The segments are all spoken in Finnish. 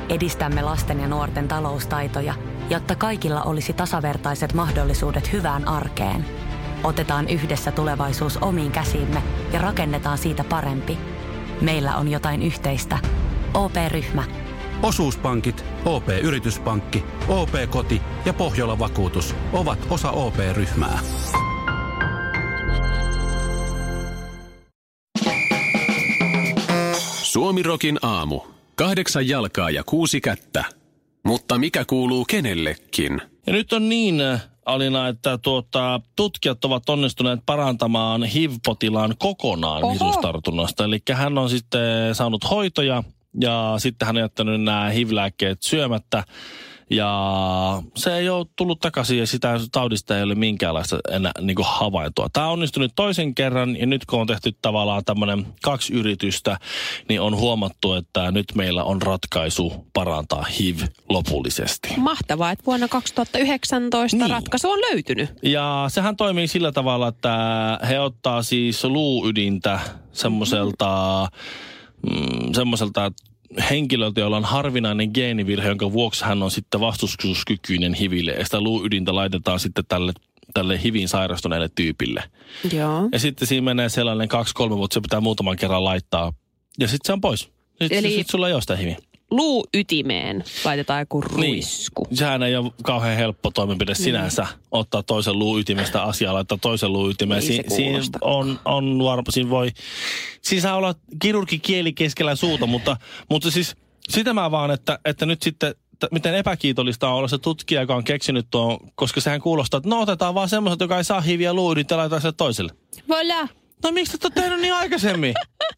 edistämme lasten ja nuorten taloustaitoja, jotta kaikilla olisi tasavertaiset mahdollisuudet hyvään arkeen. Otetaan yhdessä tulevaisuus omiin käsiimme ja rakennetaan siitä parempi. Meillä on jotain yhteistä. OP-ryhmä. Osuuspankit, OP-yrityspankki, OP-koti ja Pohjola-vakuutus ovat osa OP-ryhmää. Suomi-rokin aamu. 8 jalkaa ja 6 kättä. Mutta mikä kuuluu kenellekin? Ja nyt on niin, Alina, että tutkijat ovat onnistuneet parantamaan HIV-potilaan kokonaan virustartunnasta. Eli hän on sitten saanut hoitoja ja sitten hän on jättänyt nämä HIV-lääkkeet syömättä. Ja se ei ole tullut takaisin ja sitä taudista ei ole minkäänlaista enää havaintoa. Tämä on onnistunut toisen kerran ja nyt kun on tehty tavallaan tämmöinen 2 yritystä, niin on huomattu, että nyt meillä on ratkaisu parantaa HIV lopullisesti. Mahtavaa, että vuonna 2019 ratkaisu on löytynyt. Ja sehän toimii sillä tavalla, että he ottaa siis luuydintä semmoiselta henkilöltä, jolla on harvinainen geenivirhe, jonka vuoksi hän on sitten vastustuskykyinen HIVille. Ja sitä luuydintä laitetaan sitten tälle HIVin sairastuneelle tyypille. Joo. Ja sitten siinä menee sellainen 2-3 vuotta, se pitää muutaman kerran laittaa. Ja sitten se on pois. Sitten sulla ei ole sitä HIViä. Luuytimeen laitetaan joku ruisku. Niin. Sehän ei ole kauhean helppo toimenpide sinänsä ottaa toisen luuytimestä asiaa, laittaa toisen luuytimeen. Siinä saa olla kirurgikieli keskellä suuta, mutta siis sitä mä vaan, että nyt sitten, miten epäkiitollista on olla se tutkija, joka on keksinyt tuon, koska sehän kuulostaa, että otetaan vaan semmoiset, joka ei saa HIViä luuydintä ja laitetaan se toiselle. Voilà. No miksi te olette tehnyt niin aikaisemmin?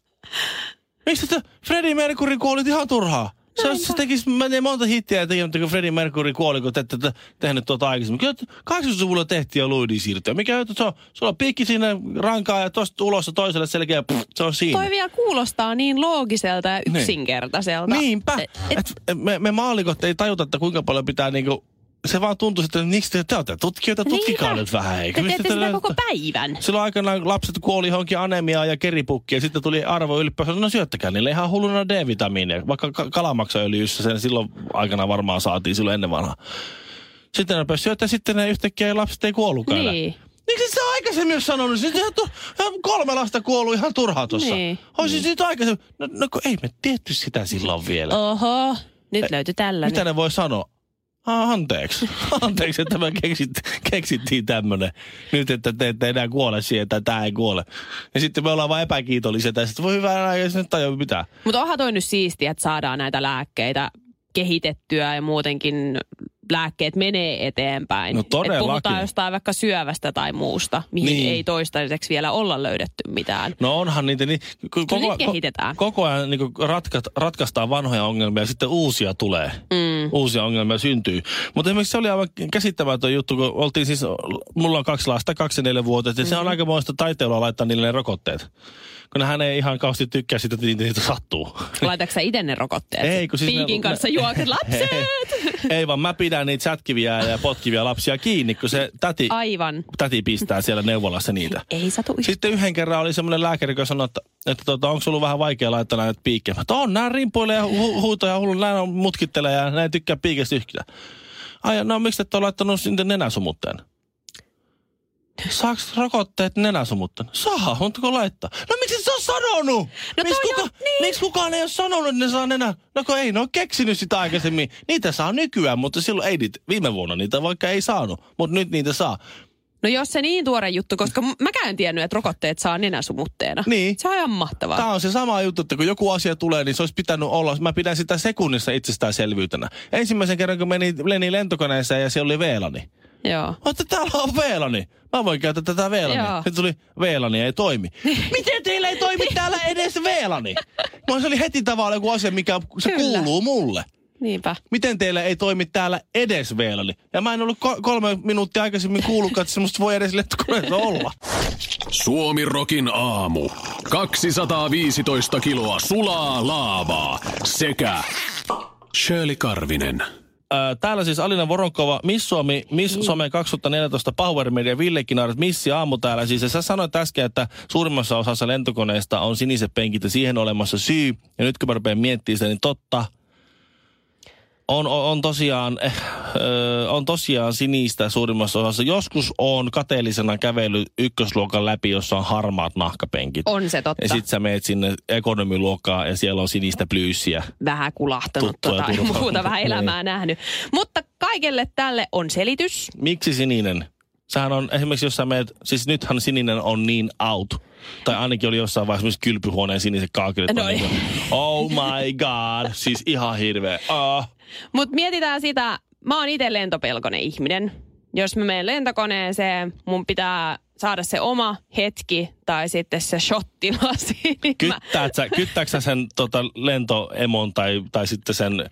Miksi te Freddie Mercury kuolit ihan turhaa? Se tekisi monta hittiä, kun Freddie Mercury kuoli, kun te ette tehnyt tuota aikaisemmin. Kyllä 80-luvulla tehtiin jo luidin siirtyä. Mikä sulla on piikki siinä rankaa ja tuosta ulos toiselle selkeä, se on siinä. Toi vielä kuulostaa niin loogiselta ja yksinkertaiselta. Niinpä. Me maallikot ei tajuta, että kuinka paljon pitää se vaan tuntuu, että miksi te olette tutkijoita, tutkikaa nyt vähän. Te teette sitä koko päivän. Silloin aikanaan lapset kuoli johonkin anemiaan ja keripukkiin ja sitten tuli arvoylippäys. No syöttäkää niille ihan hulluna D-vitamiineja. Vaikka kalamaksaöljyssä sen silloin aikana varmaan saatiin silloin ennen vanhaa. Sitten ne pääsi syöttää, sitten ne yhtäkkiä lapset ei kuollutkaan. Niin. Miksi sä aikaisemmin jos sanonut? Sitten 3 lasta kuollut ihan turhaa tuossa. Niin. Olisin siitä aikaisemmin. No kun ei me tietty sitä silloin vielä. Oho, nyt löytyi tällainen. Mitä ne voi sanoa? Anteeksi, että me keksittiin tämmönen. Nyt, että te ette enää kuole siihen, että tämä ei kuole. Ja sitten me ollaan vaan epäkiitollisia. Ja sitten voi hyvää aina, jos nyt tajua mitään. Mutta onhan toi nyt siistiä, että saadaan näitä lääkkeitä kehitettyä ja muutenkin lääkkeet menee eteenpäin. No todellakin. Et puhutaan jostain vaikka syövästä tai muusta, mihin ei toistaiseksi vielä olla löydetty mitään. No onhan niitä. Kehitetään. Koko ajan ratkaistaan vanhoja ongelmia ja sitten uusia tulee. Uusia ongelmia syntyy. Mutta esimerkiksi se oli aivan käsittämätön juttu, kun oltiin siis, mulla on 2 lasta, 2-4-vuotiaat, ja se on aikamoista taiteilua laittaa niille ne rokotteet. Kun hän ei ihan kauheasti tykkää sitä, että niitä sattuu. Laitatko sä itse ne rokotteet? Ei, kun siis piikin kanssa juoket lapset! Ei vaan mä pidän niitä sätkiviä ja potkivia lapsia kiinni, kun se täti pistää siellä neuvolassa niitä. Ei satu yhtään. Sitten yhden kerran oli semmoinen lääkäri, joka sanoi, että onko ollut vähän vaikea laittaa näitä piikkejä. On, nää rimpuilee ja huutoja hullu, nää mutkittelee ja nää ei tykkää piikestä yhtään. Ai, no miksi et ole laittanut sinne nenäsumutteen? Saaks rokotteet nenäsumutteen? Saa, mutta laittaa. No miksi et sä oot sanonut? Miksi kukaan ei ole sanonut, että ne saa nenä? No kun ei, ne on keksinyt sitä aikaisemmin. Niitä saa nykyään, mutta silloin ei niitä, viime vuonna niitä vaikka ei saanut. Mutta nyt niitä saa. No jos se niin tuore juttu, koska mäkään en tiennyt, että rokotteet saa nenäsumutteena. Niin. Se on ihan mahtavaa. Tämä on se sama juttu, että kun joku asia tulee, niin se olisi pitänyt olla. Mä pidän sitä sekunnissa itsestäänselvyytenä. Ensimmäisen kerran, kun meni lentokoneeseen ja siellä oli VLANi. Joo. Mutta täällä on VLANi. Mä voin käyttää tätä VLANia. Sitten tuli VLANi ja ei toimi. Miten teillä ei toimi täällä edes VLANi? Se oli heti tavallaan joku asia, mikä se kuuluu mulle. Niinpä. Miten teillä ei toimi täällä edes VLANi? Ja mä en ollut 3 minuuttia aikaisemmin kuullutkaan, että semmoista voi edes lentokoneessa olla. Suomi-rokin aamu. 215 kiloa sulaa laavaa sekä Shirley Karvinen. Täällä siis Alina Voronkova, Miss Suomi, Miss Some 2014, Power Media, Ville Kinaret, Missi Aamu täällä. Siis ja sä sanoit äsken, että suurimmassa osassa lentokoneista on siniset penkit ja siihen olemassa syy. Ja nyt kun mä rupean miettimään sitä, niin totta. On tosiaan sinistä suurimmassa osassa. Joskus on kateellisena kävellyt ykkösluokan läpi, jossa on harmaat nahkapenkit. On se totta. Ja sit sä meet sinne ekonomiluokkaan ja siellä on sinistä plyyssiä. Vähän kulahtanut tai muuta, vähän elämää nähnyt. Mutta kaikelle tälle on selitys. Miksi sininen? Sähän on esimerkiksi, jos sä meet, siis nythän sininen on niin out. Tai ainakin oli jossain vaiheessa myös kylpyhuoneen siniset kaakelit. No niin oh my god, siis ihan hirveä. Mutta mietitään sitä, mä oon itse lentopelkonen ihminen. Jos mä menen lentokoneeseen, mun pitää saada se oma hetki tai sitten se shottilasi. Kyttääkö sä sen lentoemon tai sitten sen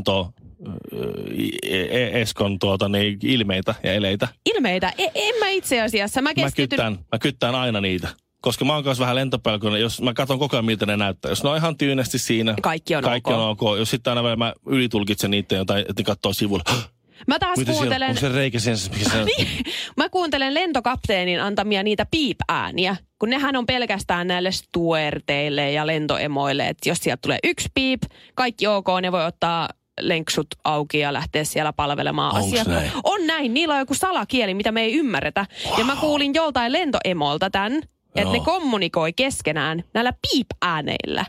eskon ilmeitä ja eleitä? Ilmeitä? En mä itse asiassa. Mä kyttään aina niitä. Koska mä oon kanssa vähän lentopelkonen, jos mä katson koko ajan, miltä ne näyttää. Jos ne on ihan tyynesti siinä, kaikki on ok. Jos sitten aina mä ylitulkitsen niitä jotain, että ne katsoo sivulla. Mä taas kuuntelen... Onko se reikä siinä? Mä kuuntelen lentokapteenin antamia niitä piip-ääniä, kun nehän on pelkästään näille stuerteille ja lentoemoille. Että jos sieltä tulee yksi piip, kaikki ok, ne voi ottaa lenksut auki ja lähteä siellä palvelemaan asiat. Näin? On näin. Niillä on joku salakieli, mitä me ei ymmärretä. Wow. Ja mä kuulin joltain lentoemolta tämän, että ne kommunikoi keskenään näillä piip-ääneillä.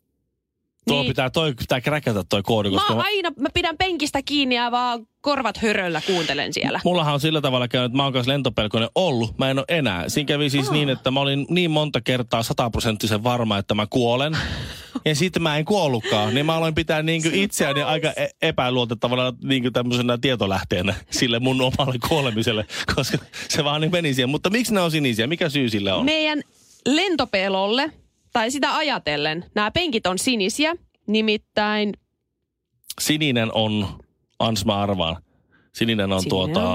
Pitää kräkätä toi koodi. Koska mä pidän penkistä kiinni ja vaan korvat höröllä kuuntelen siellä. Mullahan on sillä tavalla käynyt, että mä oon kanssa lentopelkonen ollut. Mä en ole enää. Siinä kävi siis niin, että mä olin niin monta kertaa 100% varma, että mä kuolen. Ja sitten mä en kuollutkaan. Niin mä aloin pitää niinku itseäni aika epäluotettavana niinku tämmöisenä tietolähteenä sille mun omalle kuolemiselle. Koska se vaan niin meni siihen. Mutta miksi ne on sinisiä? Mikä syy sille on? Meidän lentopelolle, tai sitä ajatellen, nämä penkit on sinisiä. Nimittäin... Sininen on, mä arvaan. Sininen on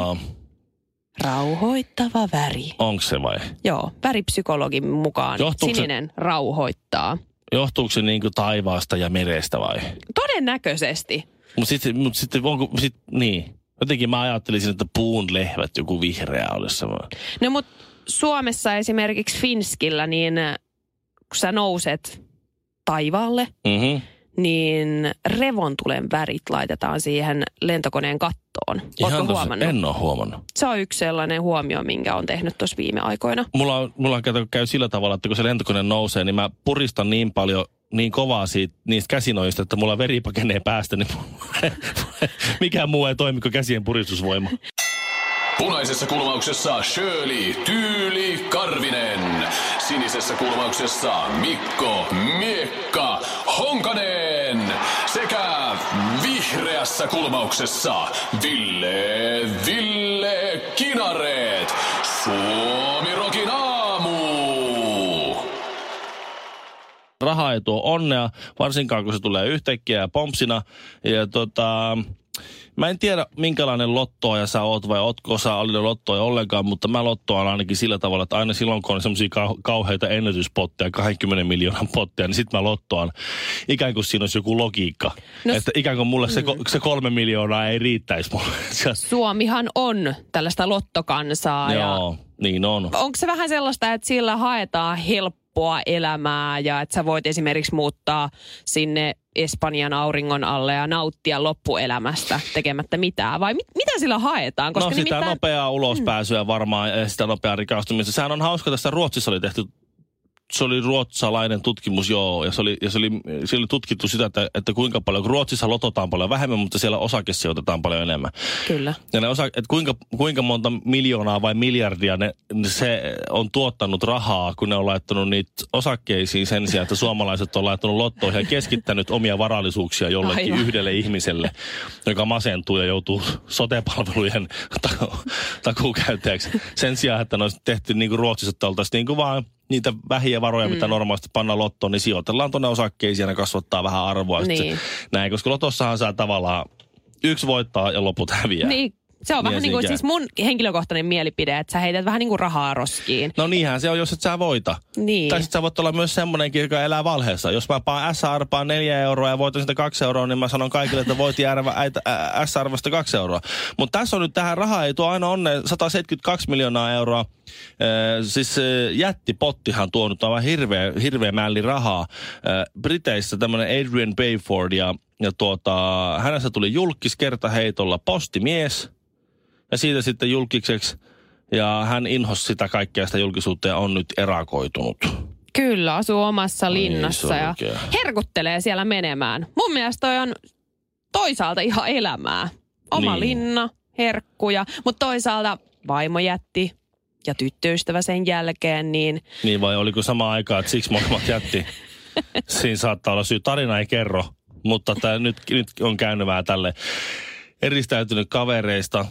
rauhoittava väri. Onko se vai? Joo, väripsykologin mukaan sininen rauhoittaa. Johtuuko se niinku taivaasta ja merestä vai? Todennäköisesti. Mutta sitten onko, niin. Jotenkin mä ajattelisin, että puun lehvät joku vihreä olisi se. No mutta Suomessa esimerkiksi Finskillä, niin kun sä nouset taivaalle, niin revontulen värit laitetaan siihen lentokoneen kattoon. Ootko huomannut? En ole huomannut. Se on yksi sellainen huomio, minkä on tehnyt tuossa viime aikoina. Mulla käy sillä tavalla, että kun se lentokone nousee, niin mä puristan niin paljon, niin kovaa niistä käsinoista, että mulla veri pakenee päästä, niin mikään muu ei toimi kuin käsien puristusvoima. Punaisessa kulmauksessa Shirley Tyyli Karvinen. Sinisessä kulmauksessa Mikko Miekka Honkanen. Sekä vihreässä kulmauksessa Ville Kinareet. Suomi Rokin aamu. Raha ei tuo onnea, varsinkaan kun se tulee yhtäkkiä ja pompsina. Ja mä en tiedä, minkälainen lottoaja sä oot vai ootko sä allinen lottoaja ollenkaan, mutta mä lottoan ainakin sillä tavalla, että aina silloin, kun on semmosia kauheita ennätyspotteja, 20 miljoonan potteja, niin sit mä lottoan ikään kuin siinä olisi joku logiikka. No, että ikään kuin mulle se 3 miljoonaa ei riittäisi mulle. Suomihan on tällaista lottokansaa. Joo, niin on. Onko se vähän sellaista, että sillä haetaan helppoa elämää ja että sä voit esimerkiksi muuttaa sinne Espanjan auringon alle ja nauttia loppuelämästä tekemättä mitään? Vai mitä sillä haetaan? Koska sitä nopeaa ulospääsyä varmaan ja sitä nopeaa rikastumista. Sehän on hauska, tässä Ruotsissa oli tehty, se oli ruotsalainen tutkimus, joo, ja se oli tutkittu sitä, että kuinka paljon, kun Ruotsissa lototaan paljon vähemmän, mutta siellä osakesijoitetaan paljon enemmän. Kyllä. Ja että kuinka monta miljoonaa vai miljardia se on tuottanut rahaa, kun ne on laittanut niitä osakkeisiin sen sijaan, että suomalaiset on laittanut lottoihin ja keskittänyt omia varallisuuksia jollekin yhdelle ihmiselle, joka masentuu ja joutuu sote-palvelujen takuukäyttäjäksi. Sen sijaan, että ne olisi tehty niin kuin Ruotsissa, että oltaisiin niin kuin vaan niitä vähiä varoja, mitä normaalisti pannaan lottoon, niin sijoitellaan tuonne osakkeisiin ja ne kasvattaa vähän arvoa. Niin. Näin, koska lotossahan saa tavallaan yksi voittaa ja loput häviää. Niin. Se on vähän niin kuin siis mun henkilökohtainen mielipide, että sä heität vähän niin kuin rahaa roskiin. No niinhän se on, jos et sä voita. Niin. Tai sit sä voit olla myös semmonenkin, joka elää valheessa. Jos mä paan S-arpaan 4 euroa ja voitan sitä 2 euroa, niin mä sanon kaikille, että voit jäädä S-arvosta 2 euroa. Mutta tässä on nyt tähän rahaa ei tuo aina onneen 172 miljoonaa euroa. Siis jättipottihan tuonut aivan hirveä mälli rahaa. Briteissä tämmönen Adrian Bayford ja hänestä tuli julkis kertaheitolla postimies ja siitä sitten julkiseksi. Ja hän inhosi sitä kaikkea sitä julkisuutta ja on nyt erakoitunut. Kyllä, asuu omassa linnassa ja herkuttelee siellä menemään. Mun mielestä toi on toisaalta ihan elämää. Oma linna, herkkuja, mutta toisaalta vaimo jätti ja tyttöystävä sen jälkeen, niin... Niin vai oliko sama aikaa, että siksi molemmat jätti? Siinä saattaa olla syy. Tarina ei kerro, mutta nyt on käynyt vähän tälle eristäytynyt kavereista.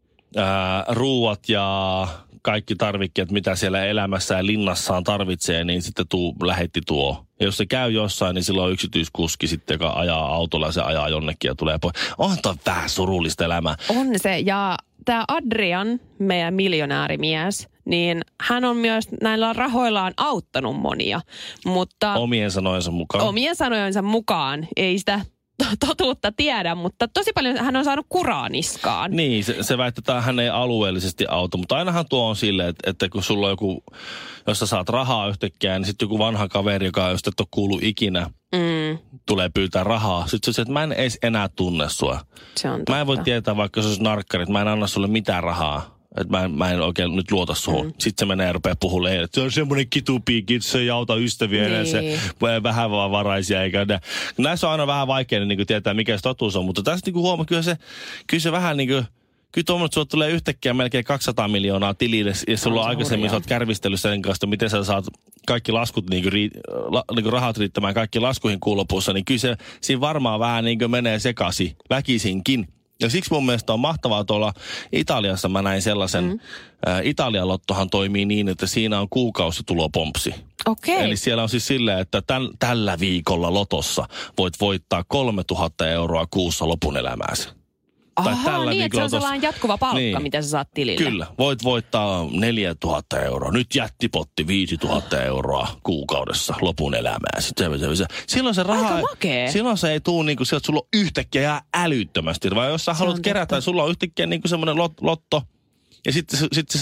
Ruuat ja kaikki tarvikkeet, mitä siellä elämässä ja linnassaan tarvitsee, niin sitten lähetti tuo. Ja jos se käy jossain, niin silloin on yksityiskuski sitten, joka ajaa autolla ja se ajaa jonnekin ja tulee pois. On toi vähän surullista elämää. On se. Ja tämä Adrian, meidän miljonäärimies, niin hän on myös näillä rahoillaan auttanut monia. Mutta omien sanojensa mukaan. Omien sanojensa mukaan. Ei sitä totuutta tiedä, mutta tosi paljon hän on saanut kuraa niskaan. Niin, se väitetään, että hän ei alueellisesti auta, mutta ainahan tuo on silleen, että kun sulla on joku, jos sä saat rahaa yhtäkkiä, niin sitten joku vanha kaveri, joka josta et ole kuullut ikinä, tulee pyytää rahaa. Sitten se että mä en edes enää tunne sua. Se on totta. Mä en voi tietää, vaikka se olisi narkkari, että mä en anna sulle mitään rahaa. Että mä en oikein nyt luota suhun. Sitten se menee ja rupeaa puhumaan, että se on semmoinen kitupiikki, että se ei auta ystäviä enää, se vähän vaan varaisia. Näissä on aina vähän vaikea niin tietää, mikä se totuus on, mutta tässä niin huomaa, kyllä se vähän niin kuin, kyllä tuommoinen, että sulla tulee yhtäkkiä melkein 200 miljoonaa tilille, ja sulla on aikaisemmin, sä oot kärvistellyt sen kanssa, miten sä saat kaikki laskut, niin kuin rahat riittämään kaikki laskuihin kuun lopussa, niin kyllä se siinä varmaan vähän niin kuin menee sekaisin, väkisinkin. Ja siksi mun mielestä on mahtavaa tuolla Italiassa, mä näin sellaisen, Italian lottohan toimii niin, että siinä on kuukausitulopompsi. Okei. Eli siellä on siis silleen, että tällä viikolla lotossa voit voittaa 3000 euroa kuussa lopun elämääsi. Ahaa, niin, että se on sellainen jatkuva palkka, mitä sä saat tilille. Kyllä, voit voittaa 4000 euroa. Nyt jättipotti 5000 euroa kuukaudessa lopun elämääsi. Silloin se raha, silloin se ei tule niin kuin sieltä, sulla on yhtäkkiä jää älyttömästi. Vai jos sä haluat kerätä, sulla on yhtäkkiä niin kuin semmoinen lotto. Ja sitten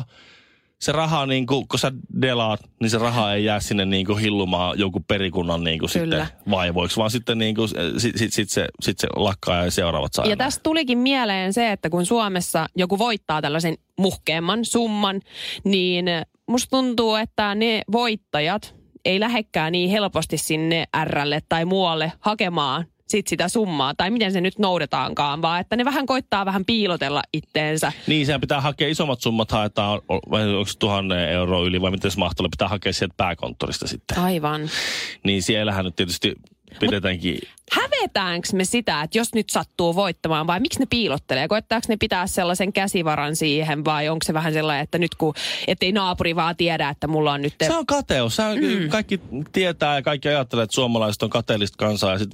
se raha niin kuin, kun sä delaat, niin se raha ei jää sinne niin kuin hillumaan jonkun perikunnan niin kuin sitten vaivoiksi, vaan sitten niin kuin, sit se lakkaa ja seuraavat saamaan. Ja tästä tulikin mieleen se, että kun Suomessa joku voittaa tällaisen muhkeamman summan, niin musta tuntuu, että ne voittajat ei lähekkää niin helposti sinne R:lle tai muualle hakemaan sitä summaa, tai miten se nyt noudetaankaan, vaan että ne vähän koittaa vähän piilotella itteensä. Niin, sehän pitää hakea isommat summat, haetaan, onko se 1000 euroa yli, vai miten se mahtuu, pitää hakea sieltä pääkonttorista sitten. Aivan. Niin siellähän nyt tietysti pidetäänkin... Hävetäänkö me sitä, että jos nyt sattuu voittamaan, vai miksi ne piilottelee? Koettaako ne pitää sellaisen käsivaran siihen, vai onko se vähän sellainen, että nyt kun, ettei naapuri vaan tiedä, että mulla on nyt... Se on kateus. Kaikki tietää ja kaikki ajattelee, että suomalaiset on kateellista kansaa, ja sitten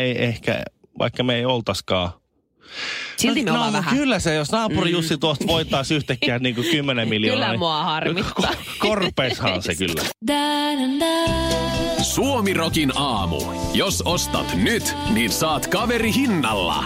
vaikka me ei oltaiskaan. Silti me ollaan vähän. Kyllä se, jos naapuri Jussi tuosta voittaisi yhtäkkiä niin kuin 10 miljoonaa. Kyllä mua harmittaa. Korpeishan se kyllä. Suomi-rokin aamu. Jos ostat nyt, niin saat kaveri hinnalla.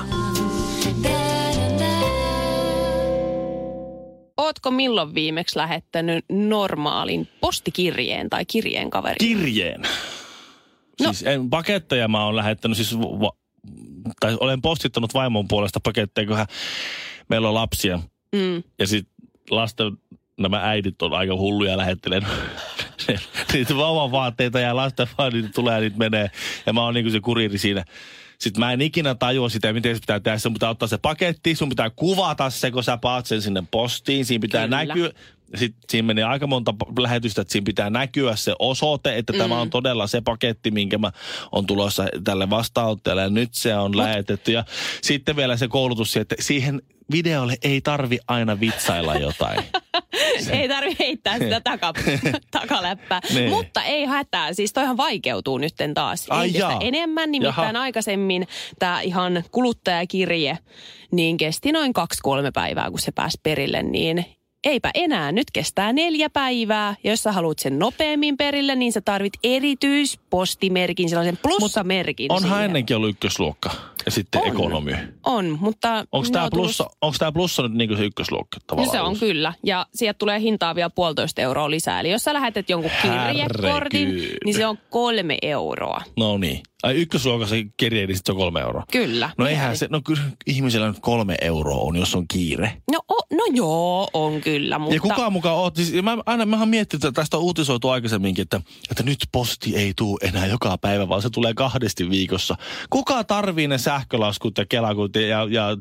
Ootko milloin viimeksi lähettänyt normaalin postikirjeen tai kirjeen kaverille? Kirjeen? No. Siis paketteja mä oon lähettänyt, siis tai olen postittanut vaimon puolesta paketteja, kun meillä on lapsia. Ja sitten lasten nämä äidit on aika hulluja lähettelen. Niitä vauvan vaatteita ja lasten vaan niitä tulee ja niitä menee. Ja mä oon niinku se kuriiri siinä. Sitten mä en ikinä tajua sitä, miten se pitää tehdä. Sun pitää ottaa se paketti, sun pitää kuvata se, kun sä paat sen sinne postiin. Siinä pitää näkyä. Sitten siinä menee aika monta lähetystä, että siinä pitää näkyä se osoite, että tämä on todella se paketti, minkä mä on tulossa tälle vastaanottajalle. Ja nyt se on lähetetty. Ja sitten vielä se koulutus, että siihen videolle ei tarvi aina vitsailla jotain. Ei tarvi heittää sitä takaläppää. Mutta ei hätää. Siis toihan vaikeutuu nytten taas entistä enemmän. Nimittäin aikaisemmin tämä ihan kuluttajakirje niin kesti noin 2-3 päivää, kun se pääsi perille, niin eipä enää. Nyt kestää 4 päivää. Ja jos sä haluat sen nopeammin perille, niin sä tarvit erityispostimerkin, sellaisen plussamerkin. Onhan ennenkin ollut ykkösluokka ja sitten ekonomi. On, mutta... Onko tämä plussa nyt niin kuin se ykkösluokka tavallaan? No se on kyllä. Ja sieltä tulee hintaa vielä 1,5 euroa lisää. Eli jos sä lähetät jonkun kirjekortin, niin se on 3 euroa. No niin. Ykkösluokassa kirje, niin sitten se on 3 euroa. Kyllä. No eihän se, no kyllä ihmisellä nyt 3 euroa on, jos on kiire. No joo, on kyllä, mutta... Ja kukaan mukaan oot, siis mä oon miettinyt, että tästä on uutisoitu aikaisemminkin, että nyt posti ei tule enää joka päivä, vaan se tulee 2 viikossa. Kuka tarvii ne sähkölaskut ja kelakut ja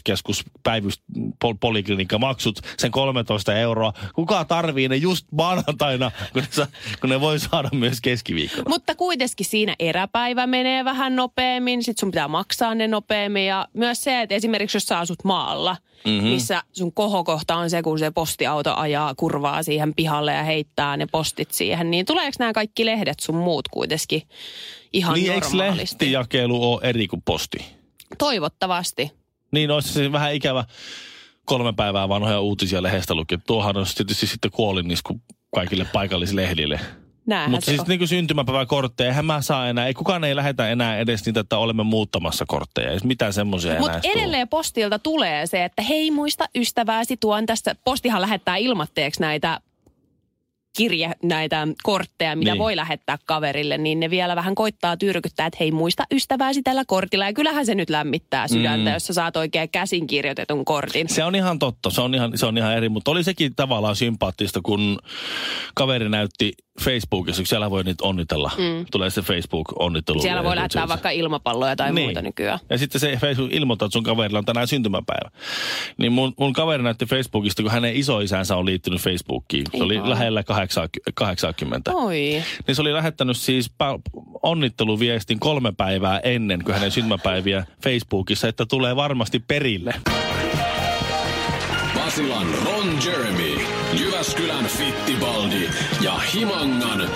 terveyskeskuspäivyspoliklinikkamaksut, sen 13 euroa? Kuka tarvii ne just maanantaina, kun ne voi saada myös keskiviikkona? Mutta kuitenkin siinä eräpäivä menee vähän nopeammin, sit sun pitää maksaa ne nopeammin ja myös se, että esimerkiksi jos sä asut maalla, missä sun kohokohta on se, kun se postiauto ajaa kurvaa siihen pihalle ja heittää ne postit siihen, niin tuleeko nämä kaikki lehdet sun muut kuitenkin ihan niin, normaalisti? Eikö lehtijakelu ole eri kuin posti? Toivottavasti. Niin, olisi se vähän ikävä 3 päivää vanhoja uutisia lehdestä lukea. Tuohan on tietysti sitten kuolinisku kaikille paikallislehdille. Mutta siis niin kuin syntymäpäiväkortteja, eihän mä saa enää, kukaan ei lähetä enää edes niitä, että olemme muuttamassa kortteja. Ei mitään semmoisia enää. Mutta edelleen postilta tulee se, että hei muista ystävääsi tuon tästä. Postihan lähettää ilmatteeksi näitä kortteja, mitä voi lähettää kaverille, niin ne vielä vähän koittaa tyrkyttää, että hei muista ystävääsi tällä kortilla. Ja kyllähän se nyt lämmittää sydäntä, jos sä saat oikein käsinkirjoitetun kortin. Se on ihan totta, se on ihan eri, mutta oli sekin tavallaan sympaattista, kun kaveri näytti Facebookissa, kun siellä voi niitä onnitella. Tulee se Facebook-onnittelu. Siellä voi lähettää vaikka ilmapalloja tai muuta nykyään. Ja sitten se Facebook ilmoittaa, että sun kaverilla on tänään syntymäpäivä. Niin mun kaveri näytti Facebookista, kun hänen isoisänsä on liittynyt Facebookiin. Se oli lähellä 80. Oi. Niin se oli lähettänyt siis onnitteluviestin 3 päivää ennen kuin hänen syntymäpäiviä Facebookissa, että tulee varmasti perille. Basilan Ron Jeremy, Jyväskylän Fittibaldi ja Himangan...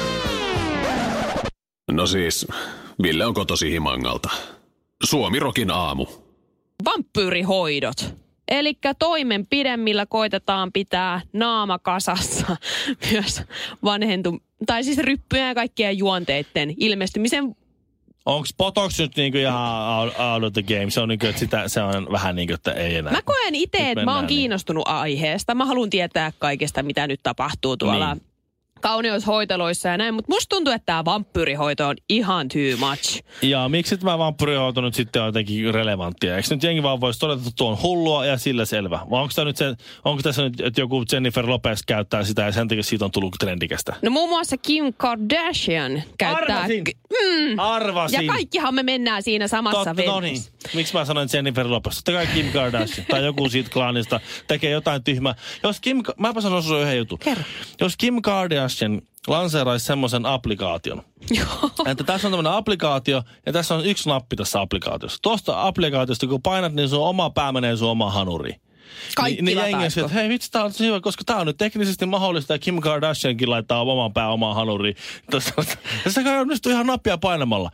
No siis, Ville on kotosi Himangalta. Suomi-rokin aamu. Vampyyrihoidot. Elikkä toimenpide, millä koitetaan pitää naama kasassa myös tai siis ryppyjen ja kaikkien juonteiden ilmestymisen. Onko Botox nyt niinku ihan out of the game? Se on niinku, että se on vähän niinku, että ei enää. Mä koen itse, että mä oon kiinnostunut aiheesta. Mä haluan tietää kaikesta, mitä nyt tapahtuu tuolla kauneushoiteluissa ja näin. Mutta musta tuntuu, että tämä vampyyrihoito on ihan too much. Ja miksi tämä vampyyrihoito nyt sitten on jotenkin relevanttia? Eikö nyt jengi vaan voisi todeta, että tuo on hullua ja sillä selvä? Vai onko tässä nyt, että joku Jennifer Lopez käyttää sitä ja sen takia siitä on tullut trendikästä? No muun muassa Kim Kardashian käyttää... Arvasin! Ja kaikkihan me mennään siinä samassa veneessä. No niin. Miksi mä sanoin Jennifer Lopez? Totta kai Kim Kardashian tai joku siitä klaanista tekee jotain tyhmää. Mäpä sanon sinulle yhden jutun. Kerro. Jos Kim Kardashian lanseeraisi semmoisen applikaation, että tässä on tämmöinen applikaatio ja tässä on yksi nappi tässä applikaatiossa. Tuosta applikaatiosta kun painat, niin sun oma pää menee sun omaan hanuriin. Kaikki niin jengi että hei vitsi, tää on hyvä, koska tää on nyt teknisesti mahdollista ja Kim Kardashiankin laittaa oman pää omaan hanuriin. Sitä kai onnistuu ihan nappia painamalla.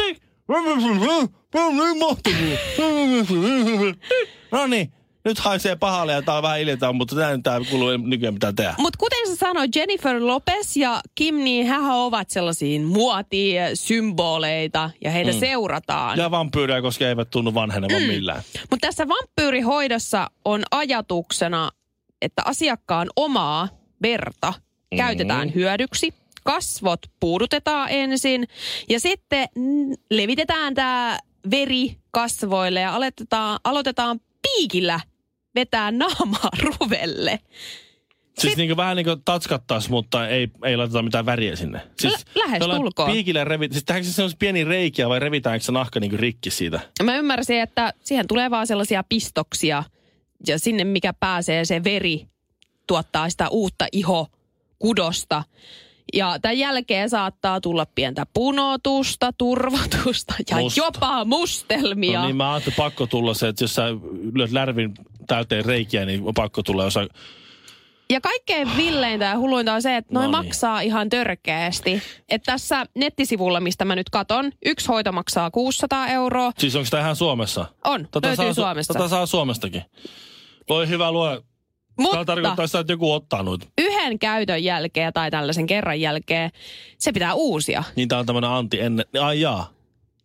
No niin. Nyt haisee pahalle ja tää on vähän iljetään, mutta tää kuuluu nykyään pitää tehdä. Mutta kuten sä sanoit, Jennifer Lopez ja Kim, niin hän ovat sellaisia muotisymboleita ja heitä seurataan. Ja vampyyriä, koska eivät tunnu vanhenevan millään. Mutta tässä vampyyrihoidossa on ajatuksena, että asiakkaan omaa verta käytetään hyödyksi. Kasvot puudutetaan ensin ja sitten levitetään tämä veri kasvoille ja aloitetaan piikillä vetää naamaa ruvelle. Siis niinku vähän niin kuin tatskattaisi, mutta ei laiteta mitään väriä sinne. Siis lähestulkoon. Piikillä siis tehdäänkö se sellaisia pieniä reikiä vai revitäänkö se nahka niinku rikki siitä? Mä ymmärsin, että siihen tulee vaan sellaisia pistoksia ja sinne mikä pääsee se veri tuottaa sitä uutta ihokudosta. Ja tämän jälkeen saattaa tulla pientä punotusta, turvotusta ja jopa mustelmia. No niin, mä ajattelin, pakko tulla se, että jos sä lyöt lärvin täyteen reikiä, niin on pakko tulla osa... Ja kaikkein villeintä ja hulluinta on se, että noi maksaa ihan törkeästi. Että tässä nettisivulla, mistä mä nyt katon, yksi hoito maksaa 600 €. Siis onko tämä ihan Suomessa? On, löytyy Suomesta. Tätä saa Suomestakin. Voi hyvä luo. Tämä tarkoittaa sitä, että joku ottaa noita. Yhden käytön jälkeen tai tällaisen kerran jälkeen se pitää uusia. Niin tämä on tämmöinen anti ennen. Ai jaa.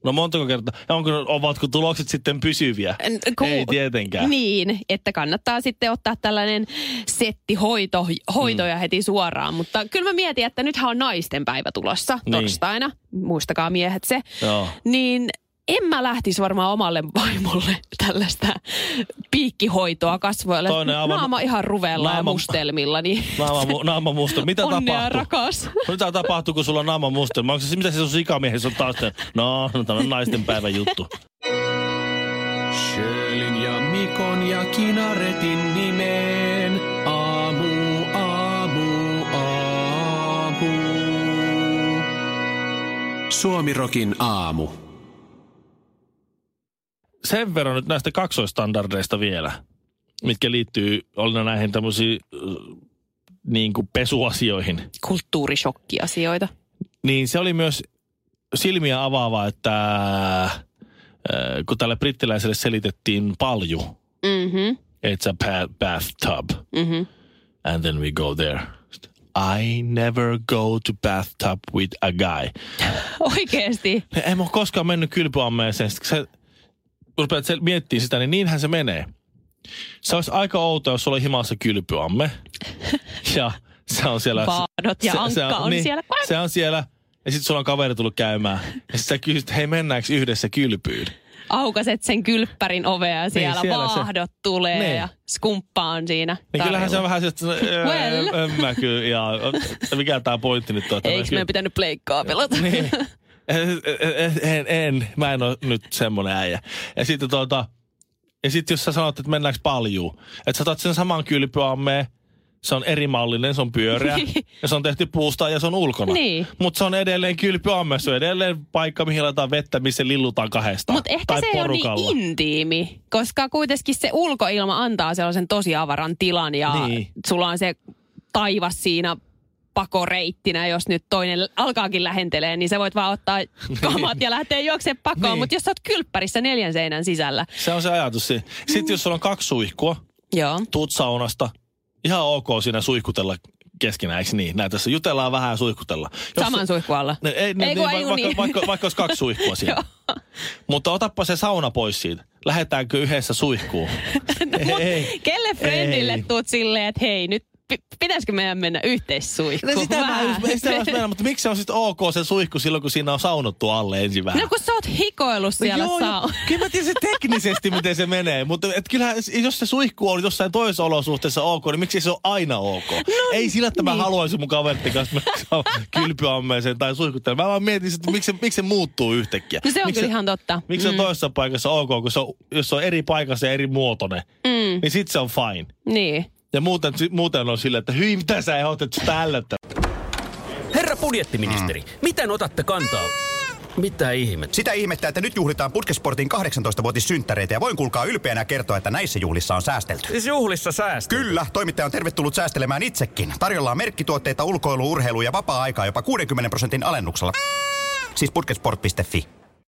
No montako kertaa? Ja ovatko tulokset sitten pysyviä? Ei tietenkään. Niin, että kannattaa sitten ottaa tällainen settihoitoja heti suoraan. Mutta kyllä mä mietin, että nythän on naisten päivä tulossa torstaina. Muistakaa miehet se. Joo. Niin en mä lähtisi varmaan omalle vaimolle tällaista piikkihoitoa kasvoille. Naama ihan ruvella ja mustelmilla. Niin naama mustelma. Mitä tapahtuu? Rakas. Mitä tapahtuu, kun sulla on naama mustelma? Onko se, mitä se sun sikamiehessä on taas? No tämä naisten päivän juttu. Sjölin ja Mikon ja Kinaretin nimeen. Aamu. Suomirokin aamu. Sen verran nyt näistä kaksoistandardeista vielä, mitkä liittyy näihin tämmöisiin niin kuin pesuasioihin. Kulttuurishokkiasioita. Niin se oli myös silmiä avaava, että kun tälle brittiläiselle selitettiin palju. Mm-hmm. It's a bathtub. Mm-hmm. And then we go there. I never go to bathtub with a guy. Oikeesti? En ole koskaan mennyt kylpyammeeseen. Se rupeat miettimään sitä, niin niinhän se menee. Se olisi aika outoa, jos sulla oli himassa kylpyamme. Ja se on siellä... Vaadot ja ankka on siellä. Se on siellä. Ja sitten sulla on kaveri tullut käymään. Ja sitten sä kysyt, hei mennäänkö yhdessä kylpyyn? Aukaset sen kylppärin ovea ja siellä vaahdot tulee niin. Ja skumppa on siinä. Niin kyllähän se on vähän se, että mikä tää pointti nyt on? Eikö meidän pitänyt pleikkaa pelata? Niin. Mä en ole nyt semmonen äijä. Ja sitten jos sä sanot, että mennäänkö paljuun, että sä otat sen saman kylpyammeen, se on eri mallinen, se on pyöreä, ja se on tehty puusta ja se on ulkona. Niin. Mutta se on edelleen kylpyamme, se on edelleen paikka, mihin laitetaan vettä, missä lillutaan kahdestaan. Mutta ehkä se porukalla. On niin intiimi, koska kuitenkin se ulkoilma antaa sellaisen tosi avaran tilan, ja sulla on se taivas siinä pakoreittinä, jos nyt toinen alkaakin lähentelee, niin sä voit vaan ottaa kamat ja lähteä juoksemaan pakoon. Niin. Mutta jos sä oot kylppärissä 4 seinän sisällä. Se on se ajatus. Sitten jos sulla on 2 suihkua, tuut saunasta, ihan ok siinä suihkutella keskenään, eikö niin? Näin tässä jutellaan vähän ja suihkutella. Saman suihkun alla. Vaikka olisi 2 suihkua siinä. Mutta otappa se sauna pois siitä. Lähdetäänkö yhdessä suihkuun? Kelle friendille tuut silleen, että hei, nyt pitäisikö meidän mennä yhteissuihkuun? No sitä mennä, mutta miksi se on sitten ok se suihku silloin, kun siinä on saunottu alle ensin vähän? No kun sä oot hikoillut siellä Kyllä mä tiedän se teknisesti, miten se menee, mutta kyllähän jos se suihku on jossain toisessa olosuhteessa ok, niin miksi se on aina ok? No, ei sillä, että mä haluaisin mun kaveritten kanssa kylpyammeeseen tai suihkutella. Mä vaan mietin, että miksi se muuttuu yhtäkkiä. No se on kyllä ihan totta. Miksi on toisessa paikassa ok, kun jos se on eri paikassa ja eri muotoinen, niin sit se on fine. Niin. Ja muuten on silleen, että hyi, mitä sä ehdotat tällä? Herra budjettiministeri, miten otatte kantaa? Mitä ihmettä? Sitä ihmettä, että nyt juhlitaan Putkesportin 18-vuotissynttäreitä ja voin kuulkaa ylpeänä kertoa, että näissä juhlissa on säästelty. Siis juhlissa säästelty? Kyllä, toimittaja on tervetullut säästelemään itsekin. Tarjolla on merkkituotteita, ulkoilu, urheilu ja vapaa-aikaa jopa 60% alennuksella. Siis putkesport.fi.